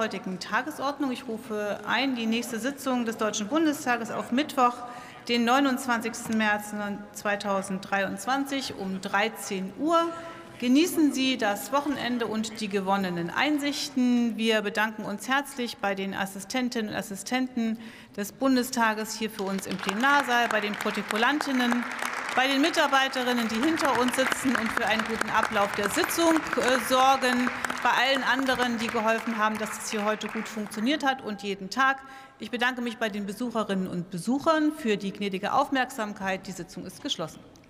heutigen Tagesordnung. Ich rufe die nächste Sitzung des Deutschen Bundestages auf Mittwoch, den 29. März 2023 um 13 Uhr. Genießen Sie das Wochenende und die gewonnenen Einsichten. Wir bedanken uns herzlich bei den Assistentinnen und Assistenten des Bundestages hier für uns im Plenarsaal, bei den Protokollantinnen, bei den Mitarbeiterinnen, die hinter uns sitzen und für einen guten Ablauf der Sitzung sorgen, bei allen anderen, die geholfen haben, dass es hier heute gut funktioniert hat und jeden Tag. Ich bedanke mich bei den Besucherinnen und Besuchern für die gnädige Aufmerksamkeit. Die Sitzung ist geschlossen.